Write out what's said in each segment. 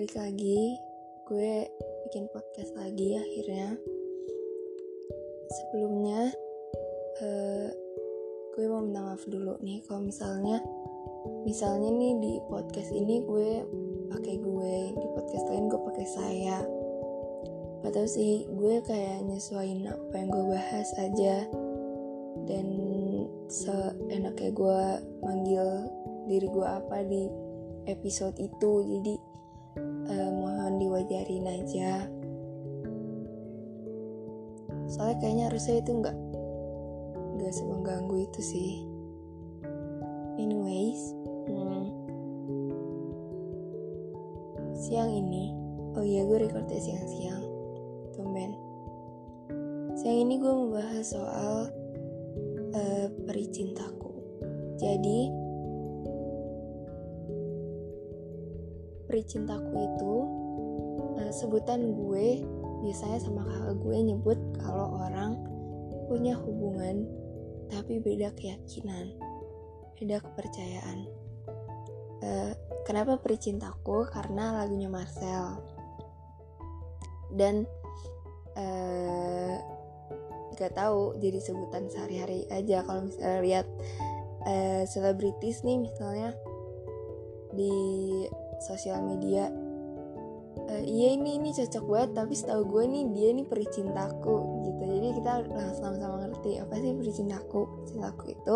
Balik lagi, gue bikin podcast lagi akhirnya. Sebelumnya, gue mau minta maaf dulu nih kalau misalnya nih di podcast ini gue pakai gue, di podcast lain gue pakai saya. Gak tau sih, gue kayak nyesuaiin apa yang gue bahas aja, dan seenaknya gue manggil diri gue apa di episode itu. Jadi mohon diwajarin aja, soalnya kayaknya harusnya itu nggak semengganggu itu sih. Anyways, siang ini, gue recordnya siang-siang, tumben. Siang ini gue membahas soal peri cintaku. Jadi peri cintaku itu sebutan gue biasanya sama kakak gue nyebut kalau orang punya hubungan tapi beda keyakinan, beda kepercayaan. Kenapa peri cintaku? Karena lagunya Marcel. Dan gak tahu, jadi sebutan sehari-hari aja kalau misalnya lihat selebritis nih misalnya di sosial media, iya ini cocok banget, tapi setahu gue nih dia nih peri cintaku gitu. Jadi kita langsung sama ngerti apa sih peri cintaku. Cintaku itu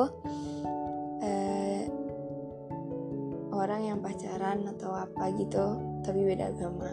orang yang pacaran atau apa gitu tapi beda agama.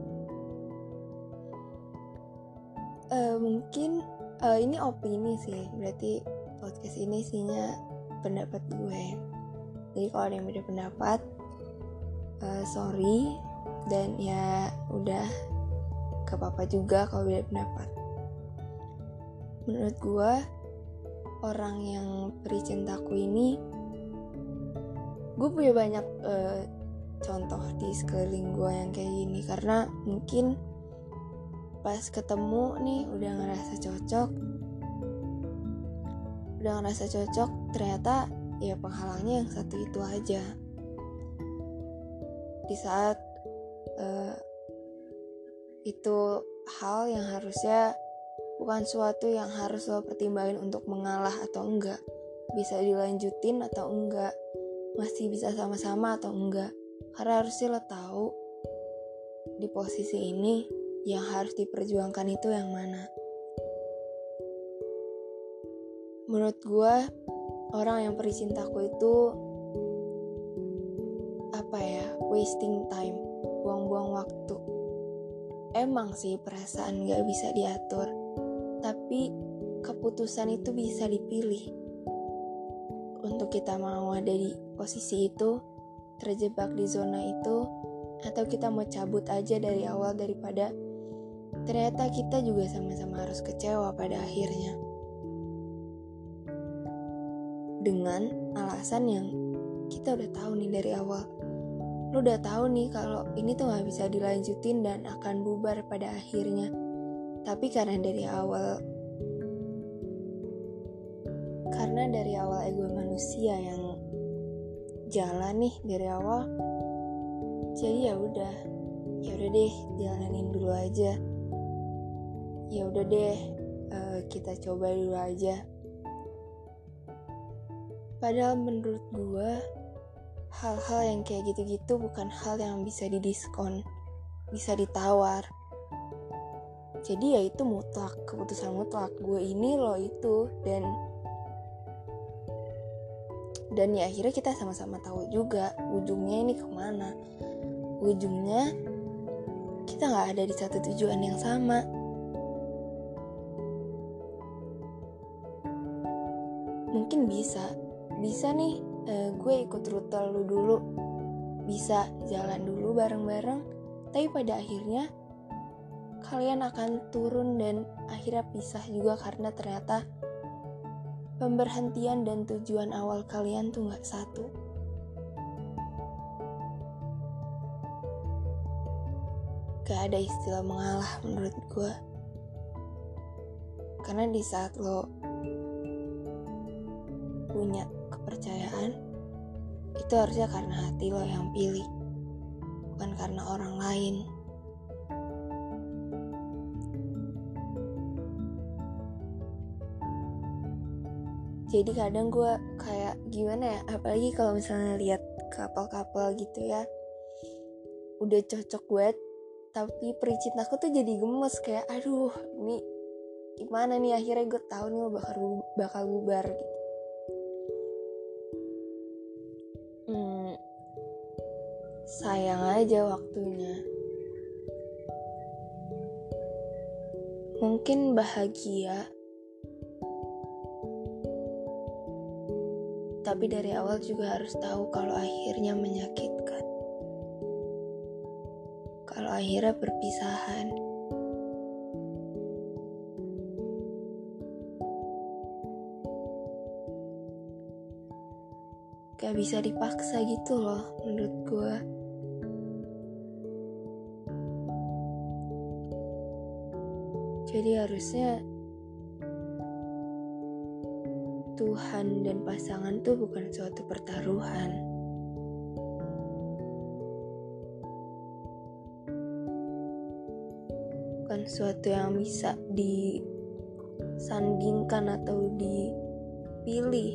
Mungkin ini opini sih, berarti podcast ini isinya pendapat gue. Jadi kalau ada yang beda pendapat, sorry, dan ya udah, gak apa-apa juga kalau beda pendapat. Menurut gue, orang yang peri cintaku ini, gue punya banyak contoh di sekeliling gue yang kayak gini. Karena mungkin pas ketemu nih udah ngerasa cocok, ternyata ya penghalangnya yang satu itu aja. Di saat itu hal yang harusnya bukan suatu yang harus lo pertimbangin untuk mengalah atau enggak, bisa dilanjutin atau enggak, masih bisa sama-sama atau enggak. Karena harusnya lo tahu di posisi ini yang harus diperjuangkan itu yang mana. Menurut gue, orang yang peri cintaku itu wasting time, buang-buang waktu. Emang sih perasaan gak bisa diatur, tapi keputusan itu bisa dipilih. Untuk kita mau ada di posisi itu, terjebak di zona itu, atau kita mau cabut aja dari awal daripada ternyata kita juga sama-sama harus kecewa pada akhirnya. Dengan alasan yang kita udah tahu nih dari awal. Lu udah tahu nih kalau ini tuh gak bisa dilanjutin dan akan bubar pada akhirnya. Tapi karena dari awal ego manusia yang jalan nih dari awal, jadi ya udah deh, jalanin dulu aja. Ya udah deh, kita coba dulu aja. Padahal menurut gue, hal-hal yang kayak gitu-gitu bukan hal yang bisa didiskon, bisa ditawar. Jadi ya itu mutlak, keputusan mutlak. Gue ini, lo itu, dan ya akhirnya kita sama-sama tahu juga ujungnya ini kemana. Ujungnya kita gak ada di satu tujuan yang sama. Mungkin bisa nih gue ikut rute lu dulu, bisa jalan dulu bareng-bareng, tapi pada akhirnya kalian akan turun dan akhirnya pisah juga karena ternyata pemberhentian dan tujuan awal kalian tuh gak satu. Gak ada istilah mengalah menurut gue. Karena di saat lo punya kepercayaan, itu harusnya karena hati lo yang pilih. bukan karena orang lain. Jadi kadang gue kayak gimana ya, apalagi kalau misalnya lihat couple-couple gitu ya, udah cocok banget, tapi pericinta aku tuh jadi gemes, kayak aduh ini gimana nih, akhirnya gue tahu nih lo bakal bubar gitu. Sayang aja waktunya. Mungkin bahagia, tapi dari awal juga harus tahu kalau akhirnya menyakitkan, kalau akhirnya perpisahan. Gak bisa dipaksa gitu loh menurut gue. Jadi harusnya Tuhan dan pasangan tuh bukan suatu pertaruhan. Bukan suatu yang bisa disandingkan atau dipilih.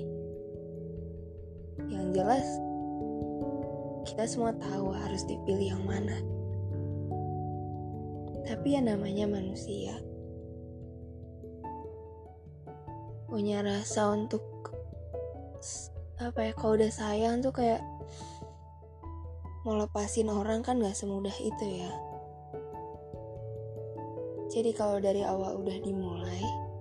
Yang jelas kita semua tahu harus dipilih yang mana. Tapi ya namanya manusia, punya rasa untuk kalau udah sayang tuh kayak mau lepasin orang kan gak semudah itu ya. Jadi kalau dari awal udah dimulai,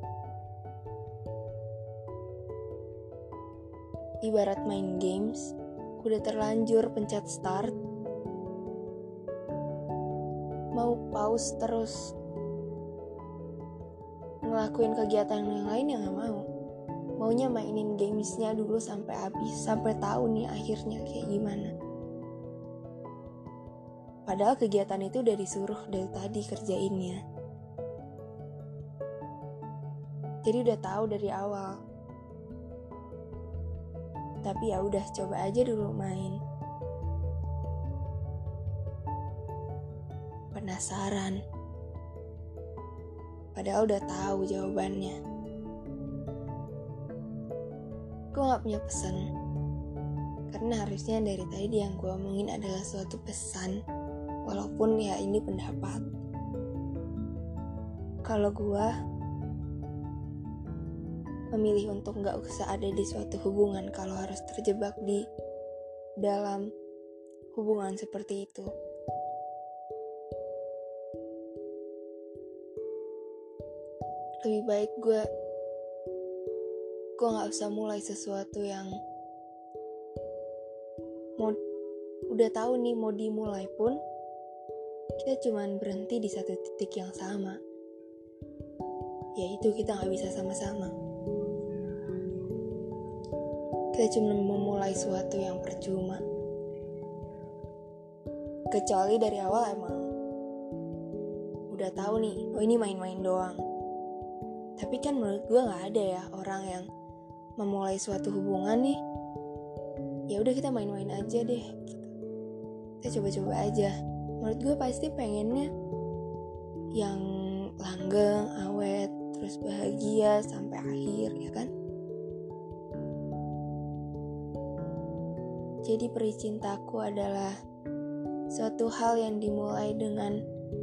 ibarat main games, udah terlanjur pencet start, mau pause terus ngelakuin kegiatan yang lain ya gak mau. Maunya mainin gamesnya dulu sampai habis, sampai tahu nih akhirnya kayak gimana. Padahal kegiatan itu udah disuruh dari tadi kerjainnya. Jadi udah tahu dari awal. Tapi ya udah, coba aja dulu main. Penasaran. Padahal udah tahu jawabannya. Gue gak punya pesan, karena harusnya dari tadi yang gue omongin adalah suatu pesan, walaupun ya ini pendapat. Kalau gue memilih untuk gak usah ada di suatu hubungan kalau harus terjebak di dalam hubungan seperti itu. Lebih baik gue gak usah mulai sesuatu yang udah tahu nih mau dimulai pun kita cuman berhenti di satu titik yang sama, yaitu kita gak bisa sama-sama. Kita cuma memulai sesuatu yang percuma, kecuali dari awal emang udah tahu nih, oh ini main-main doang. Tapi kan menurut gue gak ada ya orang yang memulai suatu hubungan nih, ya udah kita main-main aja deh gitu. Kita coba-coba aja. Menurut gue pasti pengennya yang langgeng, awet, terus bahagia sampai akhir, ya kan? Jadi pericintaku adalah suatu hal yang dimulai dengan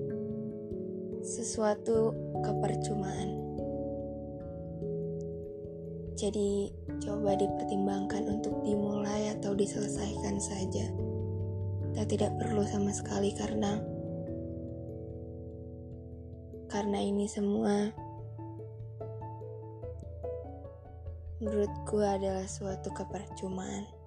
sesuatu kepercumaan. Jadi coba dipertimbangkan untuk dimulai atau diselesaikan saja. Kita tidak perlu sama sekali karena ini semua menurutku adalah suatu kepercumaan.